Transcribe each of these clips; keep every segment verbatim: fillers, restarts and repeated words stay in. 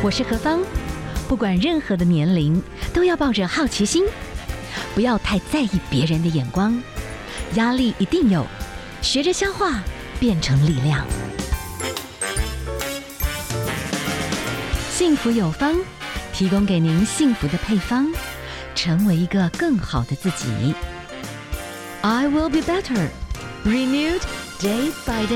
我是何芳，不管任何的年龄，都要抱着好奇心，不要太在意别人的眼光，压力一定有，学着消化，变成力量。幸福有方，提供给您幸福的配方，成为一个更好的自己。I will be better, renewed day by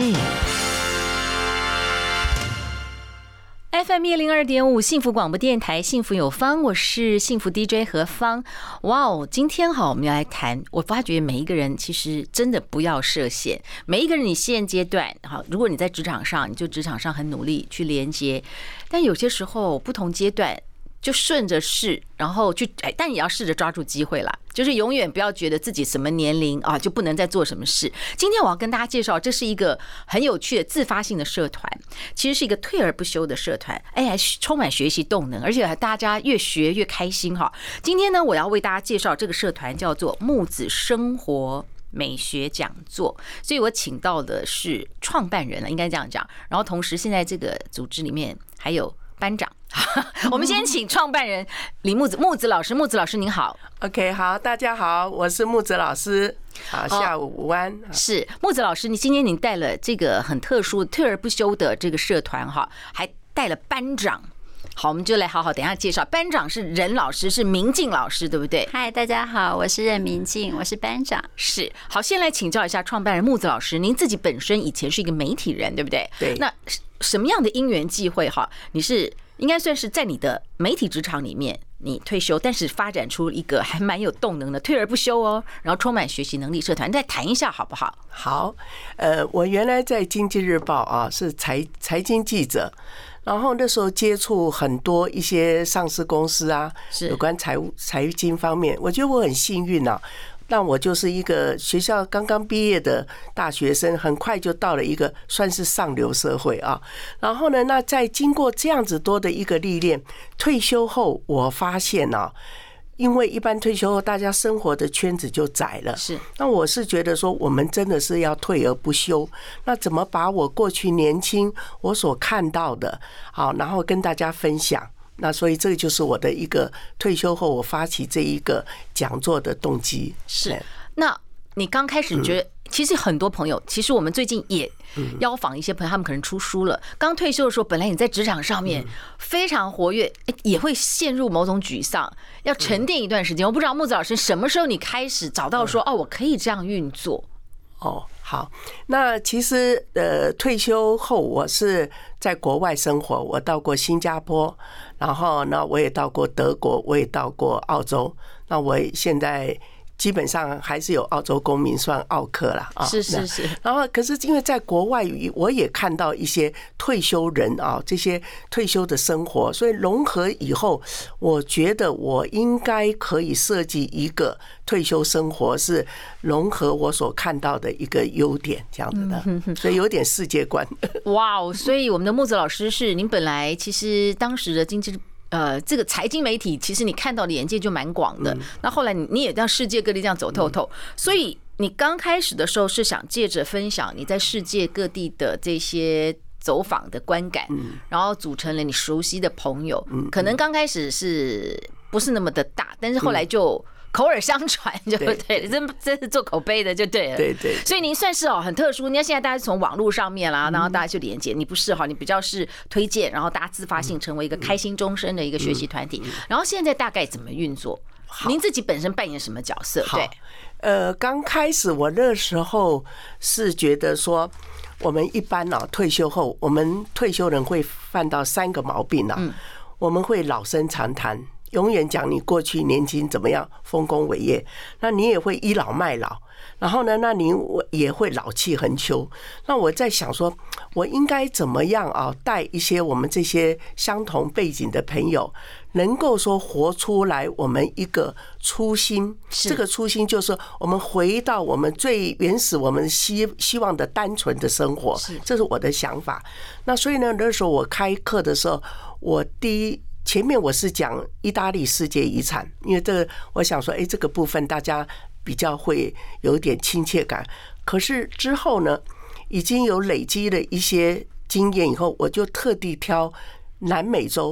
day。F M 一零二点五幸福广播电台，幸福有方，我是幸福 D J 何芳。哇哦，今天好，我们要来谈。我发觉每一个人其实真的不要设限，每一个人你现阶段好，如果你在职场上，你就职场上很努力去连接，但有些时候不同阶段。就顺着试，然后去，但也要试着抓住机会啦。就是永远不要觉得自己什么年龄啊就不能再做什么事。今天我要跟大家介绍，这是一个很有趣的自发性的社团，其实是一个退而不休的社团，哎，还充满学习动能，而且大家越学越开心哈。今天呢，我要为大家介绍这个社团叫做木子生活美学讲座，所以我请到的是创办人了，应该这样讲。然后同时，现在这个组织里面还有班长。我们先请创办人李木子木子老师，木子老师您好。 OK， 好，大家好，我是木子老师。好，下午午安。 是木子老师，你今天您带了这个很特殊、退而不休的这个社团哈，还带了班长。好，我们就来好好等一下介绍。班长是任老师，是明静老师，对不对？ 嗨，大家好，我是任明静，我是班长。 是，好，先来请教一下创办人木子老师，您自己本身以前是一个媒体人，对不对？ 对。 那什么样的因缘际会哈？你是应该算是在你的媒体职场里面，你退休，但是发展出一个还蛮有动能的退而不休哦，然后充满学习能力社团，再谈一下好不好？ 好，呃，我原来在经济日报啊是财财经记者。然后那时候接触很多一些上市公司啊，有关财务财经方面，我觉得我很幸运啊。那我就是一个学校刚刚毕业的大学生，很快就到了一个算是上流社会啊。然后呢，那在经过这样子多的一个历练，退休后我发现啊。因为一般退休后，大家生活的圈子就窄了。 是， 那我是觉得说，我们真的是要退而不休。那怎么把我过去年轻我所看到的，好，然后跟大家分享。那所以这个就是我的一个退休后我发起这一个讲座的动机。 是，那你刚开始觉得，其实很多朋友，其实我们最近也邀访一些朋友，他们可能出书了。刚退休的时候，本来你在职场上面非常活跃，也会陷入某种沮丧，要沉淀一段时间。我不知道木子老师什么时候你开始找到说，哦，我可以这样运作。 哦，好，那其实呃，退休后我是在国外生活，我到过新加坡，然后呢，我也到过德国，我也到过澳洲。那我现在。基本上还是有澳洲公民，算澳客啦啊。 是是是。 然后，可是因为在国外，我也看到一些退休人啊，这些退休的生活，所以融合以后，我觉得我应该可以设计一个退休生活是融合我所看到的一个优点，这样子的，所以有点世界观。 哇哦！所以我们的木子老师是您本来其实当时的经济。呃，这个财经媒体其实你看到的眼界就蛮广的，那后来你也让世界各地这样走透透，所以你刚开始的时候是想借着分享你在世界各地的这些走访的观感，然后组成了你熟悉的朋友，可能刚开始是不是那么的大，但是后来就。口耳相传就对，真真是做口碑的就对了。 对对。 所以您算是哦很特殊，你看现在大家从网络上面啦，然后大家去连接，你不是哈，你比较是推荐，然后大家自发性成为一个开心终身的一个学习团体。然后现在大概怎么运作？您自己本身扮演什么角色？对， 呃，刚开始我那时候是觉得说，我们一般啊退休后，我们退休人会犯到三个毛病啊，我们会老生常谈。永远讲你过去年轻怎么样丰功伟业，那你也会倚老卖老，然后呢，那你也会老气横秋。那我在想说，我应该怎么样啊，带一些我们这些相同背景的朋友，能够说活出来我们一个初心。这个初心就是我们回到我们最原始、我们希希望的单纯的生活，这是我的想法。那所以呢，那时候我开课的时候，我第一。前面我是讲意大利世界遗产，因为这个我想说，哎，这个部分大家比较会有一点亲切感。可是之后呢，已经有累积了一些经验以后，我就特地挑南美洲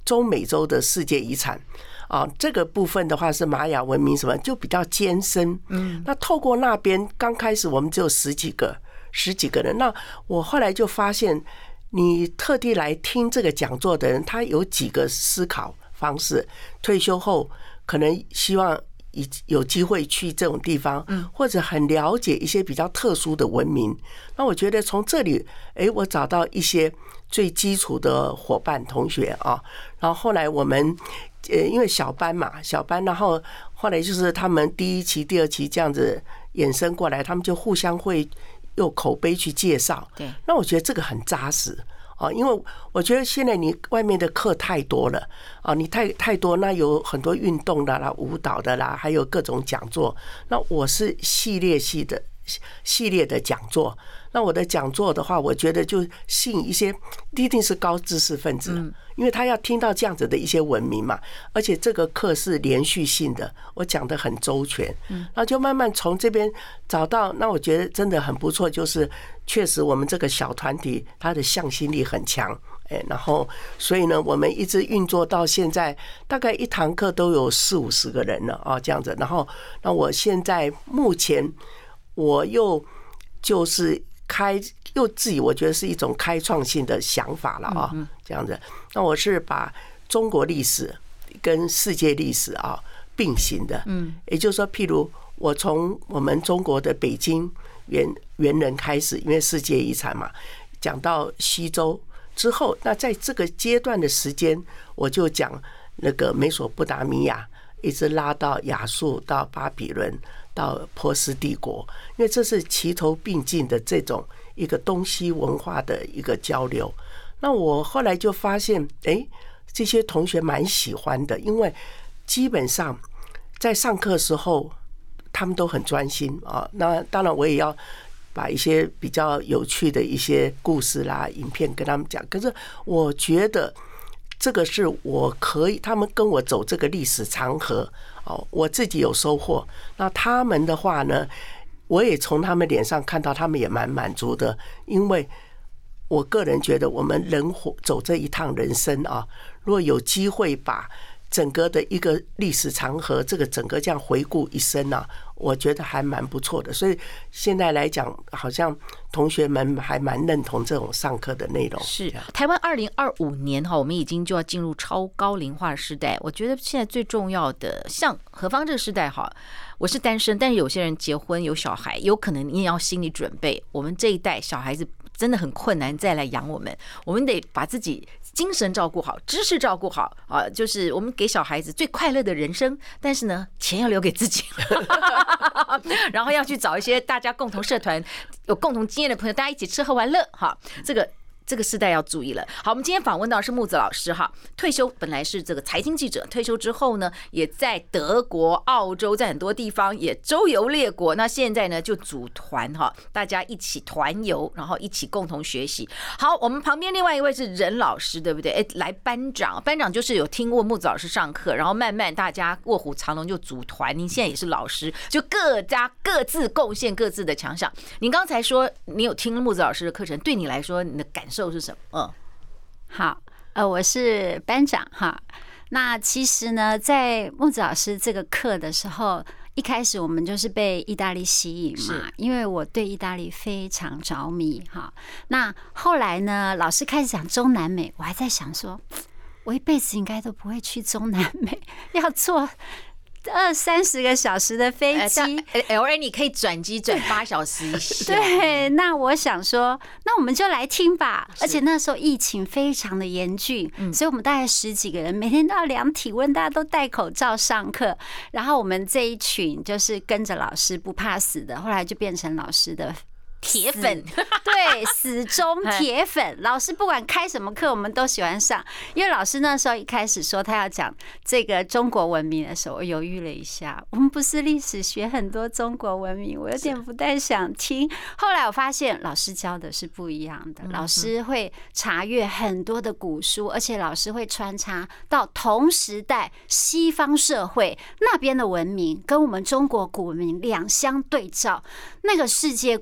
中美洲的世界遗产啊，这个部分的话是玛雅文明什么就比较艰深。嗯，那透过那边刚开始我们只有十几个十几个人，那我后来就发现，你特地来听这个讲座的人，他有几个思考方式。退休后可能希望有机会去这种地方，或者很了解一些比较特殊的文明。那我觉得从这里，哎，我找到一些最基础的伙伴同学啊。然后后来我们呃，因为小班嘛，小班，然后后来就是他们第一期、第二期这样子衍生过来，他们就互相会用口碑去介绍。 对， 那我觉得这个很扎实。啊，因为我觉得现在你外面的课太多了啊，你太太多，那有很多运动的啦、舞蹈的啦，还有各种讲座。那我是系列系的系列的讲座，那我的讲座的话，我觉得就吸引一些一定是高知识分子，因为他要听到这样子的一些文明嘛，而且这个课是连续性的，我讲得很周全，然后就慢慢从这边找到，那我觉得真的很不错，就是确实我们这个小团体它的向心力很强，哎，然后所以呢，我们一直运作到现在，大概一堂课都有四五十个人了啊，这样子，然后那我现在目前我又就是开又自己我觉得是一种开创性的想法了啊，这样子。那我是把中国历史跟世界历史啊并行的，嗯，也就是说，譬如我从我们中国的北京猿猿人开始，因为世界遗产嘛，讲到西周之后，那在这个阶段的时间，我就讲那个美索不达米亚，一直拉到亚述，到巴比伦，到波斯帝国，因为这是齐头并进的这种一个东西文化的一个交流。那我后来就发现，哎，这些同学蛮喜欢的，因为基本上在上课的时候，他们都很专心啊。那当然，我也要把一些比较有趣的一些故事啦、影片跟他们讲。可是我觉得这个是我可以，他们跟我走这个历史长河哦，我自己有收获。那他们的话呢，我也从他们脸上看到，他们也蛮满足的，因为我个人觉得，我们人活走这一趟人生啊，如果有机会把整个的一个历史长河，这个整个这样回顾一生啊，我觉得还蛮不错的。所以现在来讲，好像同学们还蛮认同这种上课的内容。 是台湾二零二五年哈，我们已经就要进入超高龄化时代。我觉得现在最重要的，像何方这个时代哈，我是单身，但是有些人结婚有小孩，有可能你也要心理准备。我们这一代小孩子真的很困难，再来养我们，我们得把自己精神照顾好，知识照顾好啊，就是我们给小孩子最快乐的人生，但是呢，钱要留给自己，然后要去找一些大家共同社团有共同经验的朋友，大家一起吃喝玩乐哈，这个。这个世代要注意了。好，我们今天访问到是木子老师哈，退休本来是这个财经记者，退休之后呢，也在德国、澳洲，在很多地方也周游列国。那现在呢，就组团哈，大家一起团游，然后一起共同学习。好，我们旁边另外一位是任老师，对不对？哎，来班长，班长就是有听过木子老师上课，然后慢慢大家卧虎藏龙就组团。您现在也是老师，就各家各自贡献各自的强项。您刚才说你有听木子老师的课程，对你来说你的感受是什么？嗯， 好，呃，我是班长哈。那其实呢，在木子老师这个课的时候，一开始我们就是被意大利吸引嘛，因为我对意大利非常着迷哈。那后来呢，老师开始讲中南美，我还在想说，我一辈子应该都不会去中南美，要做二三十个小时的飞机 ，L A 你可以转机转八小时一下。 对，那我想说，那我们就来听吧。而且那时候疫情非常的严峻，所以我们大概十几个人，每天都要量体温，大家都戴口罩上课。然后我们这一群就是跟着老师不怕死的，后来就变成老师的铁粉， 对，死忠铁粉。老师不管开什么课，我们都喜欢上。因为老师那时候一开始说他要讲这个中国文明的时候，我犹豫了一下。我们不是历史学很多中国文明，我有点不太想听。后来我发现老师教的是不一样的，老师会查阅很多的古书，而且老师会穿插到同时代西方社会那边的文明跟我们中国古文明两相对照，那个世界观真的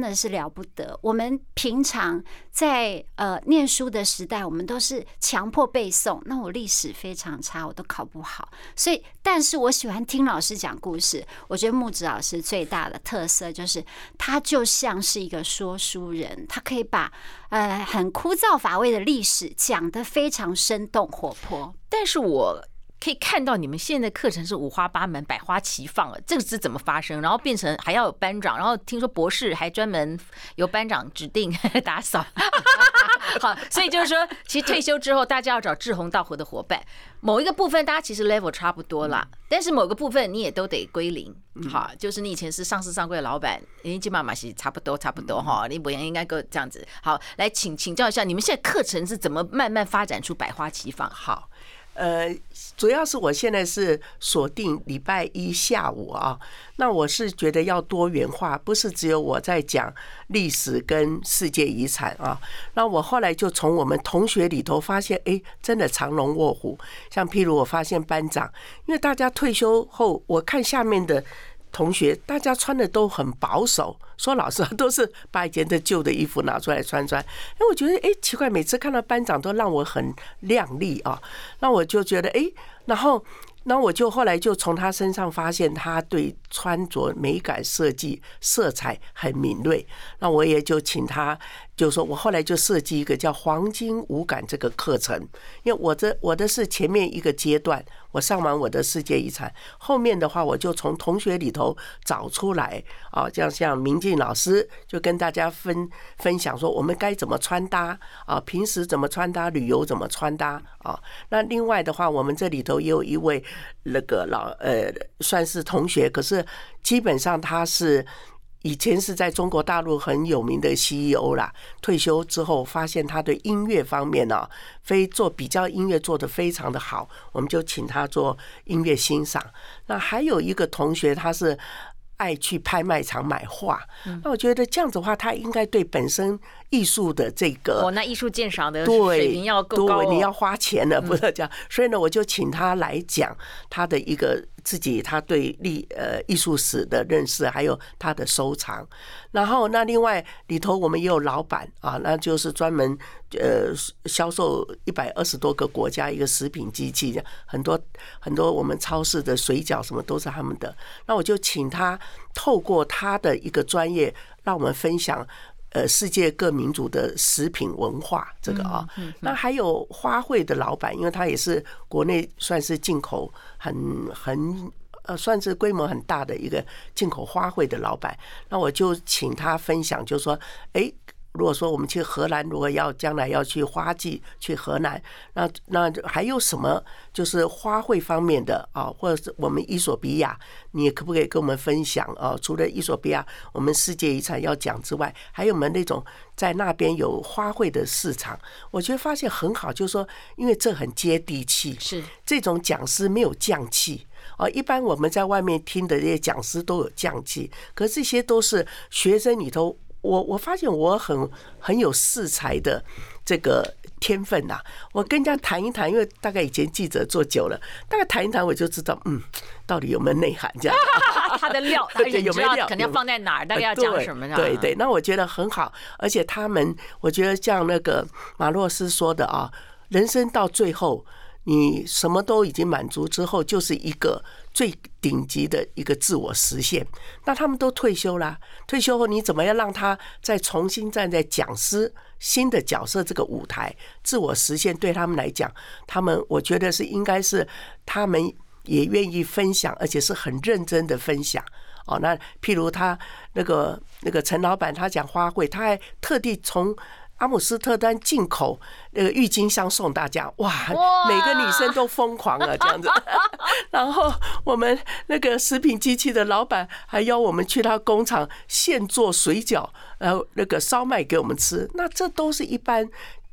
真的是了不得。我们平常在呃念书的时代，我们都是强迫背诵，那我历史非常差，我都考不好。所以，但是我喜欢听老师讲故事。我觉得木子老师最大的特色就是他就像是一个说书人，他可以把呃很枯燥乏味的历史讲得非常生动活泼。 但是我可以看到你们现在的课程是五花八门、百花齐放了，这个是怎么发生？然后变成还要有班长，然后听说博士还专门由班长指定打扫。好，所以就是说，其实退休之后，大家要找志同道合的伙伴。某一个部分大家其实 level 差不多啦，但是某个部分你也都得归零。好，就是你以前是上市上柜的老板，你基本上是差不多差不多哈，你不应该够这样子。好，来请请教一下，你们现在课程是怎么慢慢发展出百花齐放？ 好。呃，主要是我现在是锁定礼拜一下午啊，那我是觉得要多元化，不是只有我在讲历史跟世界遗产啊。那我后来就从我们同学里头发现，哎，真的藏龙卧虎。像譬如我发现班长，因为大家退休后，我看下面的同学，大家穿的都很保守。说老实话，都是把以前的旧的衣服拿出来穿穿。哎，我觉得哎奇怪，每次看到班长都让我很亮丽啊。那我就觉得哎，然后。那我就后来就从他身上发现他对穿着美感设计色彩很敏锐，那我也就请他，就是说我后来就设计一个叫黄金五感这个课程，因为我的我的是前面一个阶段，我上完我的世界遗产，后面的话我就从同学里头找出来啊，这样像明镜老师就跟大家分分享说我们该怎么穿搭啊，平时怎么穿搭，旅游怎么穿搭啊。那另外的话，我们这里头也有一位那个老呃算是同学，可是基本上他是以前是在中国大陆很有名的 C E O 啦，退休之后发现他对音乐方面呢、啊，非做比较音乐做得非常的好，我们就请他做音乐欣赏。那还有一个同学他是爱去拍卖场买画，那我觉得这样子的话，他应该对本身艺术的这个哦，那艺术鉴赏的水平要够高、哦， 对，你要花钱了，不是这样。所以呢，我就请他来讲他的一个自己他对历呃艺术史的认识，还有他的收藏。然后那另外里头我们也有老板啊，那就是专门呃销售一百二十多个国家一个食品机器，很多很多我们超市的水饺什么都是他们的。那我就请他透过他的一个专业，让我们分享。呃，世界各民族的食品文化这个啊，那还有花卉的老板，因为他也是国内算是进口很很呃，算是规模很大的一个进口花卉的老板。那我就请他分享，就说，哎。如果说我们去荷兰，如果要将来要去花季去荷兰，那那还有什么就是花卉方面的啊，或者是我们伊索比亚，你也可不可以跟我们分享啊？除了伊索比亚我们世界遗产要讲之外，还有没有那种在那边有花卉的市场？我觉得发现很好，就是说，因为这很接地气， 是这种讲师没有匠气。啊，一般我们在外面听的这些讲师都有匠气，可是这些都是学生里头。我我发现我很很有识才的这个天分呐、啊，我跟人家谈一谈，因为大概以前记者做久了，大概谈一谈我就知道，嗯，到底有没有内涵这样。 他的料，而且有没有料，肯定要放在哪儿，大概要讲什么呢？ 对对，那我觉得很好，而且他们，我觉得像那个马洛斯说的啊，人生到最后。你什么都已经满足之后，就是一个最顶级的一个自我实现。那他们都退休啦，退休后你怎么样让他再重新站在讲师新的角色这个舞台，自我实现？对他们来讲，他们我觉得是应该是他们也愿意分享，而且是很认真的分享。哦，那譬如他那个那个陈老板，他讲花卉，他还特地从阿姆斯特丹进口那个郁金香送大家，哇，每个女生都疯狂了这样子。然后我们那个食品机器的老板还邀我们去他工厂现做水饺，然后那个烧麦给我们吃。那这都是一般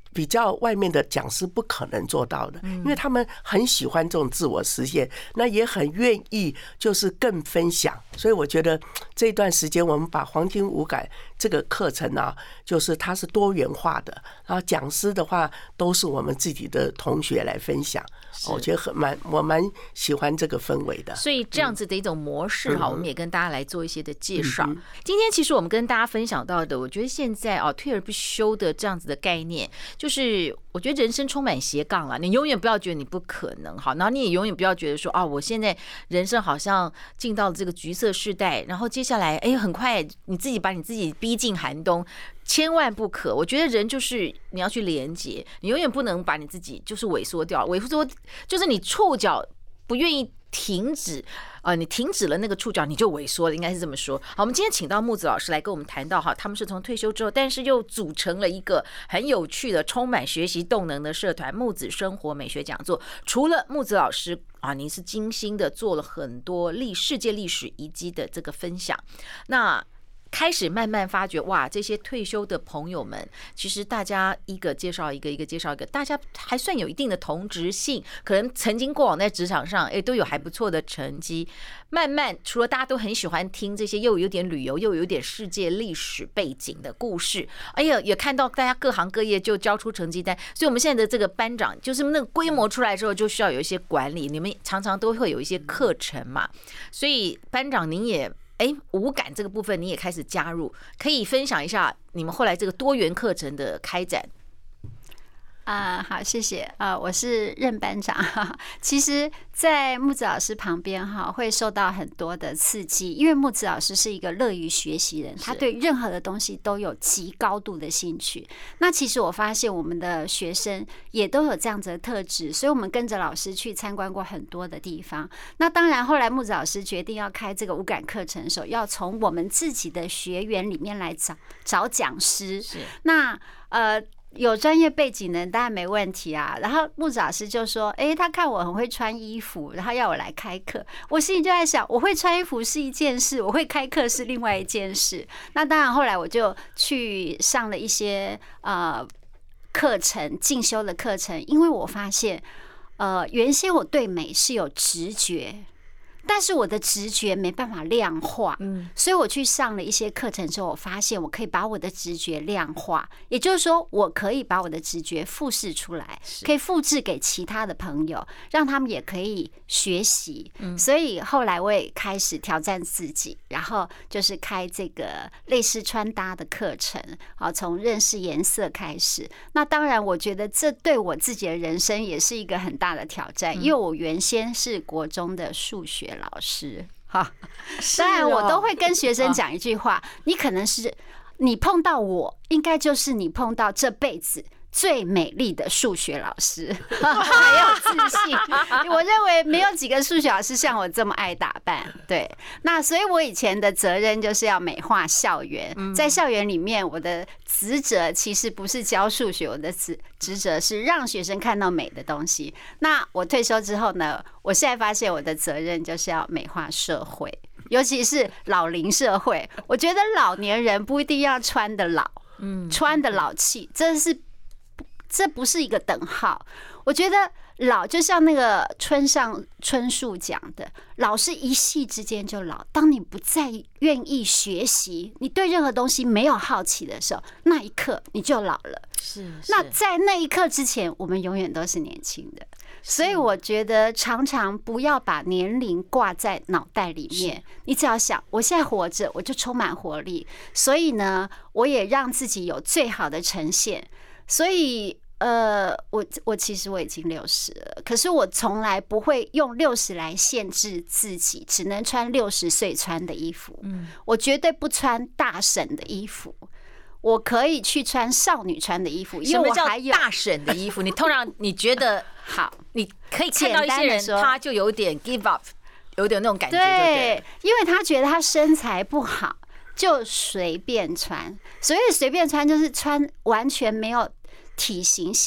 比较外面的讲师不可能做到的，因为他们很喜欢这种自我实现，那也很愿意就是更分享。所以我觉得这段时间我们把黄金五感这个课程啊，就是它是多元化的，然后讲师的话都是我们自己的同学来分享，我觉得很蛮我蛮喜欢这个氛围的。 所以这样子的一种模式哈，我们也跟大家来做一些的介绍。今天其实我们跟大家分享到的，我觉得现在哦退而不休的这样子的概念，就是我觉得人生充满斜杠了，你永远不要觉得你不可能好，然后你也永远不要觉得说啊，我现在人生好像进到了这个橘色世代，然后接下来哎很快你自己把你自己逼进寒冬，千万不可。我觉得人就是你要去连接，你永远不能把你自己就是萎缩掉，萎缩就是你触角不愿意停止，呃，你停止了那个触角，你就萎缩了，应该是这么说。好，我们今天请到木子老师来跟我们谈到哈，他们是从退休之后，但是又组成了一个很有趣的、充满学习动能的社团——木子生活美学讲座。除了木子老师啊，你是精心的做了很多历世界历史遗迹的这个分享，那开始慢慢发觉，哇，这些退休的朋友们，其实大家一个介绍一个，一个介绍一个，大家还算有一定的同质性，可能曾经过往在职场上，哎，都有还不错的成绩。慢慢，除了大家都很喜欢听这些又有点旅游又有点世界历史背景的故事，哎呀，也看到大家各行各业就交出成绩单，所以我们现在的这个班长，就是那个规模出来之后，就需要有一些管理，你们常常都会有一些课程嘛，所以班长您也。哎，五感这个部分你也开始加入，可以分享一下你们后来这个多元课程的开展。 啊、呃，好，谢谢啊、呃，我是任班长。其实，在木子老师旁边哈，会受到很多的刺激，因为木子老师是一个乐于学习人，他对任何的东西都有极高度的兴趣。那其实我发现我们的学生也都有这样子的特质，所以我们跟着老师去参观过很多的地方。那当然，后来木子老师决定要开这个五感课程的时候，要从我们自己的学员里面来找找讲师。是那呃。有专业背景的当然没问题啊。然后木子老师就说：“哎、欸，他看我很会穿衣服，然后要我来开课。”我心里就在想，我会穿衣服是一件事，我会开课是另外一件事。那当然，后来我就去上了一些呃课程，进修的课程，因为我发现，呃，原先我对美是有直觉。但是我的直觉没办法量化，嗯，所以我去上了一些课程之后，我发现我可以把我的直觉量化，也就是说，我可以把我的直觉复制出来，可以复制给其他的朋友，让他们也可以学习。所以后来我也开始挑战自己，然后就是开这个类似穿搭的课程，好，从认识颜色开始。那当然，我觉得这对我自己的人生也是一个很大的挑战，因为我原先是国中的数学老师，哈，当然我都会跟学生讲一句话：你可能是你碰到我，应该就是你碰到这辈子最美丽的数学老师，很有自信。我认为没有几个数学老师像我这么爱打扮。对，那所以我以前的责任就是要美化校园，在校园里面，我的职责其实不是教数学，我的职职责是让学生看到美的东西。那我退休之后呢，我现在发现我的责任就是要美化社会，尤其是老龄社会。我觉得老年人不一定要穿的老，嗯，穿的老气，这是。这不是一个等号，我觉得老就像那个村上春树讲的，老是一夕之间就老。当你不再愿意学习，你对任何东西没有好奇的时候，那一刻你就老了。是，那在那一刻之前，我们永远都是年轻的。所以我觉得常常不要把年龄挂在脑袋里面，你只要想，我现在活着，我就充满活力。所以呢，我也让自己有最好的呈现。所以，呃，我我其实我已经六十了，可是我从来不会用六十来限制自己，只能穿六十岁穿的衣服。嗯，我绝对不穿大婶的衣服，我可以去穿少女穿的衣服，因为我还有大婶的衣服。你通常你觉得好，你可以看到一些人，他就有点 give up， 有点那种感觉。对， 因为他觉得他身材不好，就随便穿。所以随便穿就是穿完全没有体型限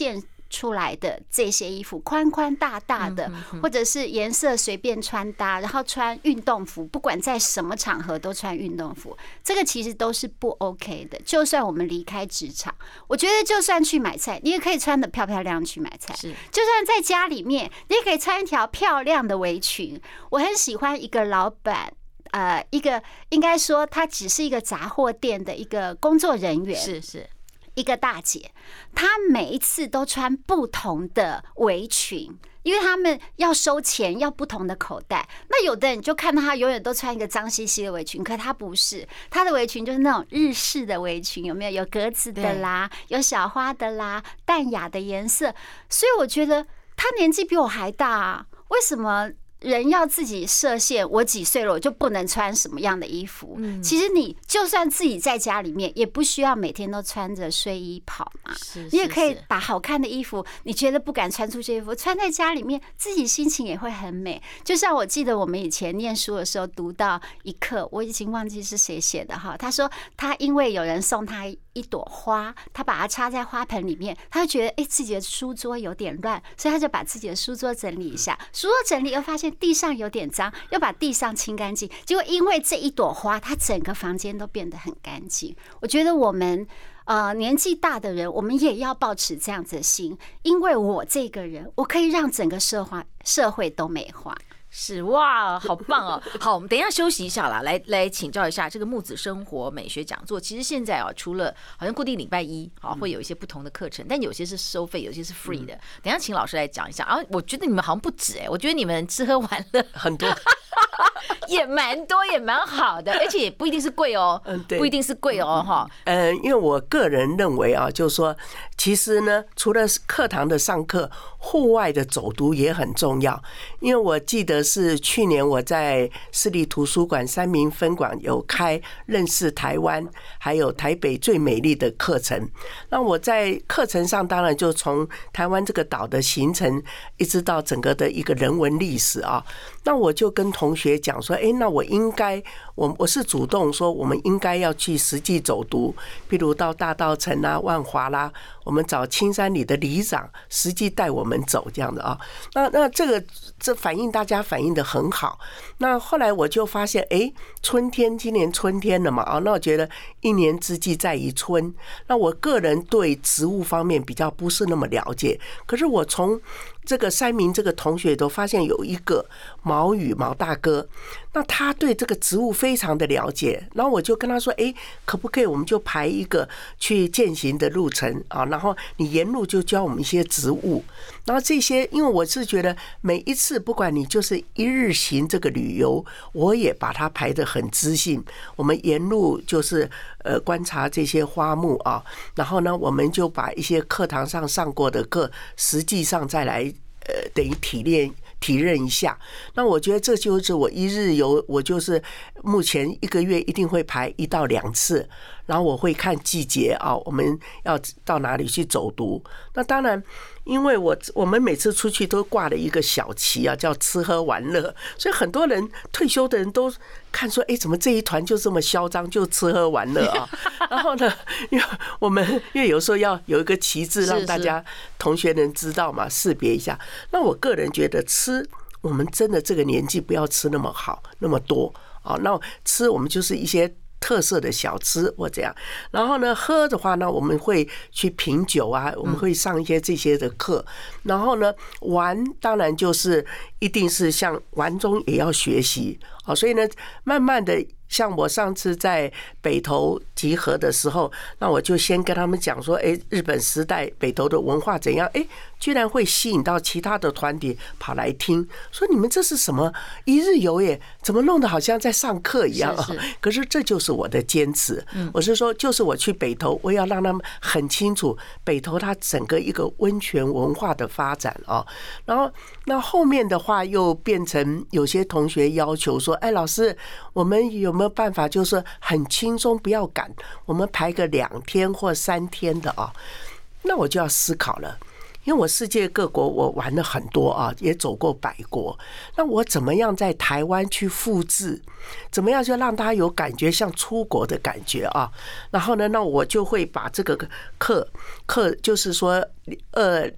出来的这些衣服，宽宽大大的，或者是颜色随便穿搭，然后穿运动服，不管在什么场合都穿运动服，这个其实都是不 OK 的。就算我们离开职场，我觉得就算去买菜，你也可以穿得漂漂亮去买菜。就算在家里面，你也可以穿一条漂亮的围裙。我很喜欢一个老板。呃，一个应该说，他只是一个杂货店的一个工作人员， 是是一个大姐，她每一次都穿不同的围裙，因为他们要收钱，要不同的口袋。那有的人就看到她永远都穿一个脏兮兮的围裙，可她不是，她的围裙就是那种日式的围裙，有没有？有格子的啦，有小花的啦，淡雅的颜色。所以我觉得她年纪比我还大啊，为什么？人要自己设限，我几岁了我就不能穿什么样的衣服？其实你就算自己在家里面，也不需要每天都穿着睡衣跑嘛。你也可以把好看的衣服，你觉得不敢穿出去的衣服，穿在家里面，自己心情也会很美。就像我记得我们以前念书的时候读到一课，我已经忘记是谁写的哈。他说他因为有人送他一朵花，他把它插在花盆里面，他就觉得哎、欸、自己的书桌有点乱，所以他就把自己的书桌整理一下，书桌整理又发现地上有点脏，又把地上清干净。结果因为这一朵花，他整个房间都变得很干净。我觉得我们呃年纪大的人，我们也要保持这样子的心，因为我这个人，我可以让整个社会社会都美化。 是哇，好棒哦！好，我们等一下休息一下啦，来来请教一下这个木子生活美学讲座。其实现在啊，除了好像固定礼拜一啊会有一些不同的课程，但有些是收费，有些是 free 的。等一下请老师来讲一下。啊，我觉得你们好像不止哎、欸，我觉得你们吃喝玩乐很多， 也蛮多，也蛮好的，而且也不一定是贵哦，嗯，对，不一定是贵哦，哈。 呃，因为我个人认为啊，就是说，其实呢，除了课堂的上课，户外的走读也很重要。因为我记得是去年我在市立图书馆三民分馆有开认识台湾，还有台北最美丽的课程。那我在课程上当然就从台湾这个岛的形成，一直到整个的一个人文历史啊。那我就跟同学讲说，哎，那我应该，我我是主动说，我们应该要去实际走读，譬如到大稻埕啦、万华啦，我们找青山里的里长实际带我们走这样的啊。那那这个这反应大家反应的很好。那后来我就发现，哎，春天今年春天了嘛啊，那我觉得一年之计在于春。那我个人对植物方面比较不是那么了解，可是我从这个三民这个同学都发现有一个毛宇毛大哥，那他对这个植物非常的了解，然后我就跟他说，哎，可不可以我们就排一个去践行的路程啊？然后你沿路就教我们一些植物，然后这些，因为我是觉得每一次不管你就是一日行这个旅游，我也把它排得很知性。我们沿路就是呃观察这些花木啊，然后呢，我们就把一些课堂上上过的课，实际上再来。呃，等于体验体认一下。那我觉得这就是我一日游，我就是目前一个月一定会排一到两次，然后我会看季节啊，我们要到哪里去走读。那当然，因为我我们每次出去都挂了一个小旗啊，叫吃喝玩乐，所以很多人退休的人都看说，哎，怎么这一团就这么嚣张，就吃喝玩乐啊？然后呢，因为我们因为有时候要有一个旗帜，让大家同学能知道嘛，识别一下。那我个人觉得吃，我们真的这个年纪不要吃那么好那么多啊。那吃我们就是一些特色的小吃或这样，然后呢，喝的话呢，我们会去品酒啊，我们会上一些这些的课，然后呢，玩当然就是一定是像玩中也要学习啊，所以呢，慢慢的。像我上次在北投集合的时候，那我就先跟他们讲说，哎，日本时代北投的文化怎样？哎，居然会吸引到其他的团体跑来听，说你们这是什么一日游耶？怎么弄得好像在上课一样啊？可是这就是我的坚持。我是说，就是我去北投，我要让他们很清楚北投它整个一个温泉文化的发展啊。然后那后面的话又变成有些同学要求说，哎，老师，我们有没有没有办法就是很轻松不要赶，我们排个两天或三天的啊？那我就要思考了，因为我世界各国我玩了很多啊，也走过百国，那我怎么样在台湾去复制？怎么样就让大家有感觉像出国的感觉啊？然后呢，那我就会把这个课课就是说呃。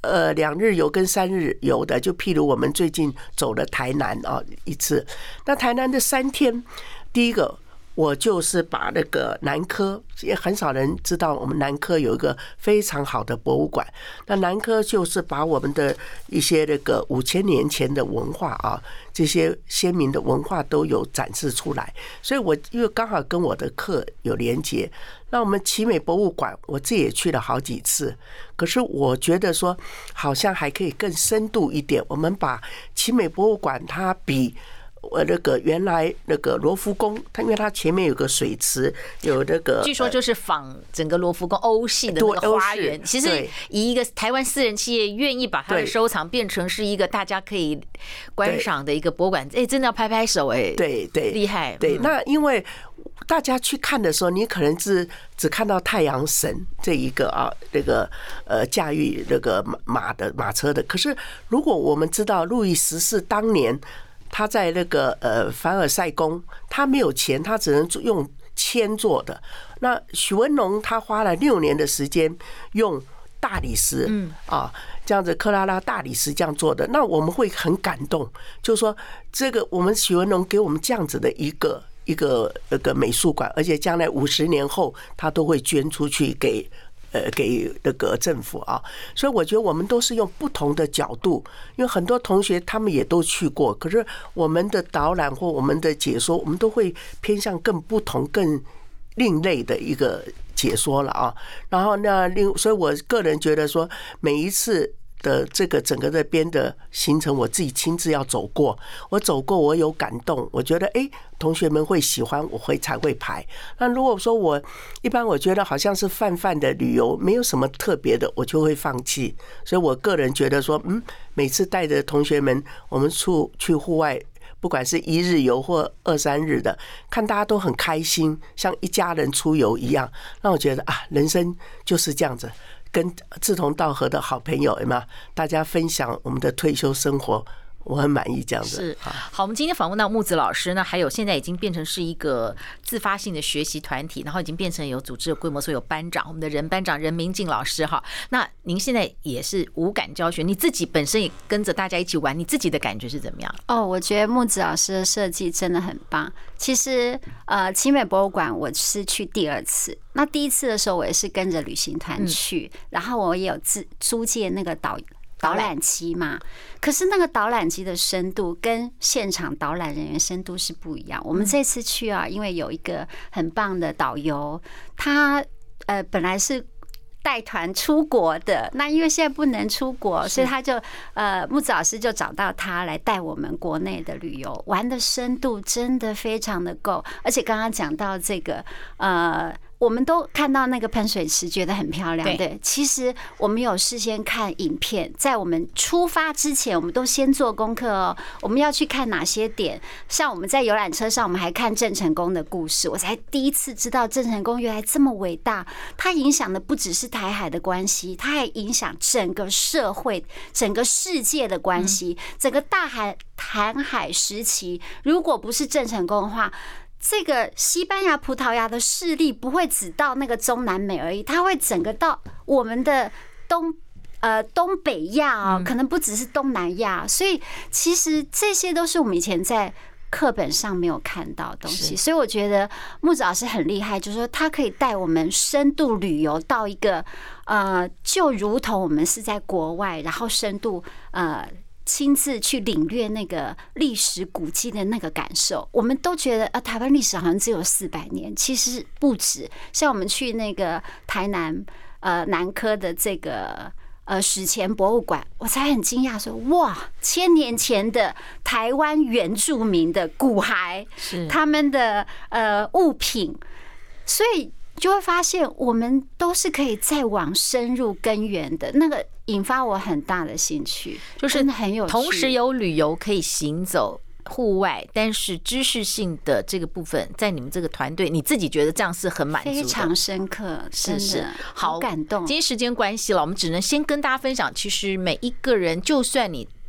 呃两日游跟三日游的，就譬如我们最近走了台南啊一次，那台南的三天，第一个。我就是把那个南科，也很少人知道，我们南科有一个非常好的博物馆。那南科就是把我们的一些那个五千年前的文化啊，这些先民的文化都有展示出来。所以我因为刚好跟我的课有连结，那我们奇美博物馆我自己也去了好几次，可是我觉得说好像还可以更深度一点。我们把奇美博物馆它比。我那个原来那个罗浮宫，它因为它前面有个水池，有那个据说就是仿整个罗浮宫欧系的那个花园。其实以一个台湾私人企业愿意把它的收藏变成是一个大家可以观赏的一个博物馆，哎，真的要拍拍手哎， 对对， 厉害。 对，那因为大家去看的时候，你可能是只看到太阳神这一个啊，那个呃驾驭那个马的马车的，可是如果我们知道路易十四当年。他在那个呃凡尔赛宫，他没有钱，他只能用铅做的。那许文龙他花了六年的时间用大理石，嗯啊这样子克拉拉大理石这样做的，那我们会很感动，就是说这个我们许文龙给我们这样子的一个一个那个美术馆，而且将来五十年后他都会捐出去给。呃，给那个政府啊，所以我觉得我们都是用不同的角度，因为很多同学他们也都去过，可是我们的导览或我们的解说，我们都会偏向更不同、更另类的一个解说了啊。然后那另，所以我个人觉得说，每一次。的这个整个这边的行程，我自己亲自要走过，我走过，我有感动，我觉得哎，同学们会喜欢，我会才会排。那如果说我一般，我觉得好像是泛泛的旅游，没有什么特别的，我就会放弃。所以我个人觉得说，嗯，每次带着同学们，我们出去户外。不管是一日游或二三日的，看大家都很开心，像一家人出游一样，让我觉得啊，人生就是这样子。跟志同道合的好朋友，有没有？大家分享我们的退休生活，我很满意这样子。 是好，我们今天访问到木子老师呢，还有现在已经变成是一个自发性的学习团体，然后已经变成有组织的规模，所以有班长，我们的任班长任明静老师哈。那您现在也是无感教学，你自己本身也跟着大家一起玩，你自己的感觉是怎么样？ 哦，我觉得木子老师的设计真的很棒。其实呃，奇美博物馆我是去第二次。那第一次的时候，我也是跟着旅行团去，嗯、然后我也有自租借那个导导览机嘛。可是那个导览机的深度跟现场导览人员深度是不一样。我们这次去啊，因为有一个很棒的导游，他呃本来是带团出国的，那因为现在不能出国，所以他就呃木子老师就找到他来带我们国内的旅游，玩的深度真的非常的够，而且刚刚讲到这个呃。我们都看到那个喷水池，觉得很漂亮。对，其实我们有事先看影片，在我们出发之前，我们都先做功课哦。我们要去看哪些点？像我们在游览车上，我们还看郑成功的故事。我才第一次知道郑成功原来这么伟大，他影响的不只是台海的关系，他还影响整个社会、整个世界的关系。整个大海航海时期，如果不是郑成功的话，这个西班牙、葡萄牙的势力不会只到那个中南美而已，它会整个到我们的东呃东北亚啊，可能不只是东南亚。所以其实这些都是我们以前在课本上没有看到的东西。所以我觉得木子老师很厉害，就是说他可以带我们深度旅游到一个呃，就如同我们是在国外，然后深度呃。亲自去领略那个历史古迹的那个感受，我们都觉得啊，台湾历史好像只有四百年，其实不止。像我们去那个台南呃南科的这个呃史前博物馆，我才很惊讶说，哇，千年前的台湾原住民的骨骸，他们的呃物品，所以就会发现我们都是可以再往深入根源的那个。引发我很大的兴趣， 就是很有趣。 同时有旅游可以行走户外，但是知识性的这个部分，在你们这个团队，你自己觉得这样是很满足的， 非常深刻， 是是好感动。 今天时间关系了，我们只能先跟大家分享，其实每一个人，就算你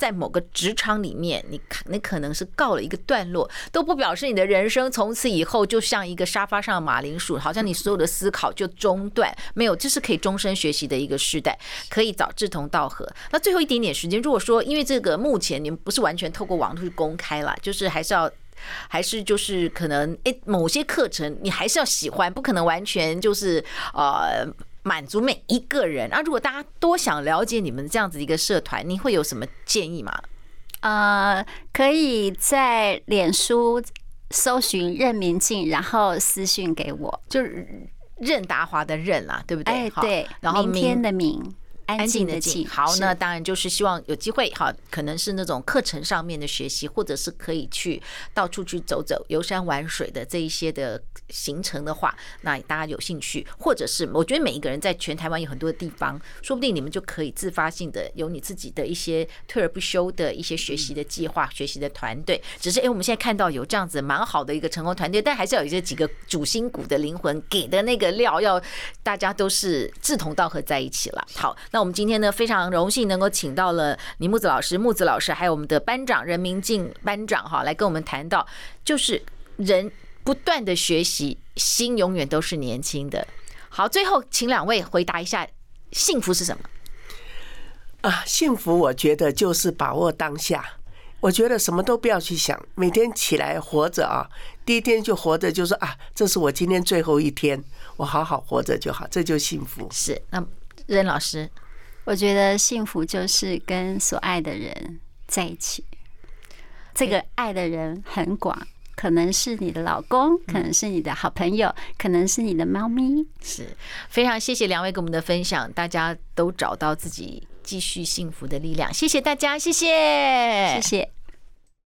在某个职场里面，你你可能是告了一个段落，都不表示你的人生从此以后就像一个沙发上的马铃薯，好像你所有的思考就中断。没有，这是可以终身学习的一个时代，可以找志同道合。那最后一点点时间，如果说因为这个目前你们不是完全透过网络去公开啦，就是还是要。还是就是可能哎，某些课程你还是要喜欢，不可能完全就是呃满足每一个人。啊，如果大家多想了解你们这样子一个社团，你会有什么建议吗？ 呃，可以在脸书搜寻任明静，然后私讯给我， 就是任达华的任啦，对不对？ 哎，对， 然后明天的明。安静的静， 好，那当然就是希望有机会，好，可能是那种课程上面的学习，或者是可以去到处去走走、游山玩水的这一些的行程的话，那大家有兴趣，或者是我觉得每一个人在全台湾有很多的地方，说不定你们就可以自发性的有你自己的一些退而不休的一些学习的计划、学习的团队。只是哎，我们现在看到有这样子蛮好的一个成功团队，但还是要有这几个主心骨的灵魂给的那个料，要大家都是志同道合在一起了。好，那我们今天呢非常荣幸能够请到了倪木子老师、木子老师，还有我们的班长任明静班长哈，来跟我们谈到，就是人不断的学习，心永远都是年轻的。好，最后请两位回答一下，幸福是什么？ 啊，幸福我觉得就是把握当下。我觉得什么都不要去想，每天起来活着啊，第一天就活着，就说啊，这是我今天最后一天，我好好活着就好，这就幸福。 是，那任老师， 我觉得幸福就是跟所爱的人在一起，这个爱的人很广，可能是你的老公，可能是你的好朋友，可能是你的猫咪。 是，非常谢谢两位跟我们的分享，大家都找到自己继续幸福的力量。谢谢大家，谢谢， 谢谢。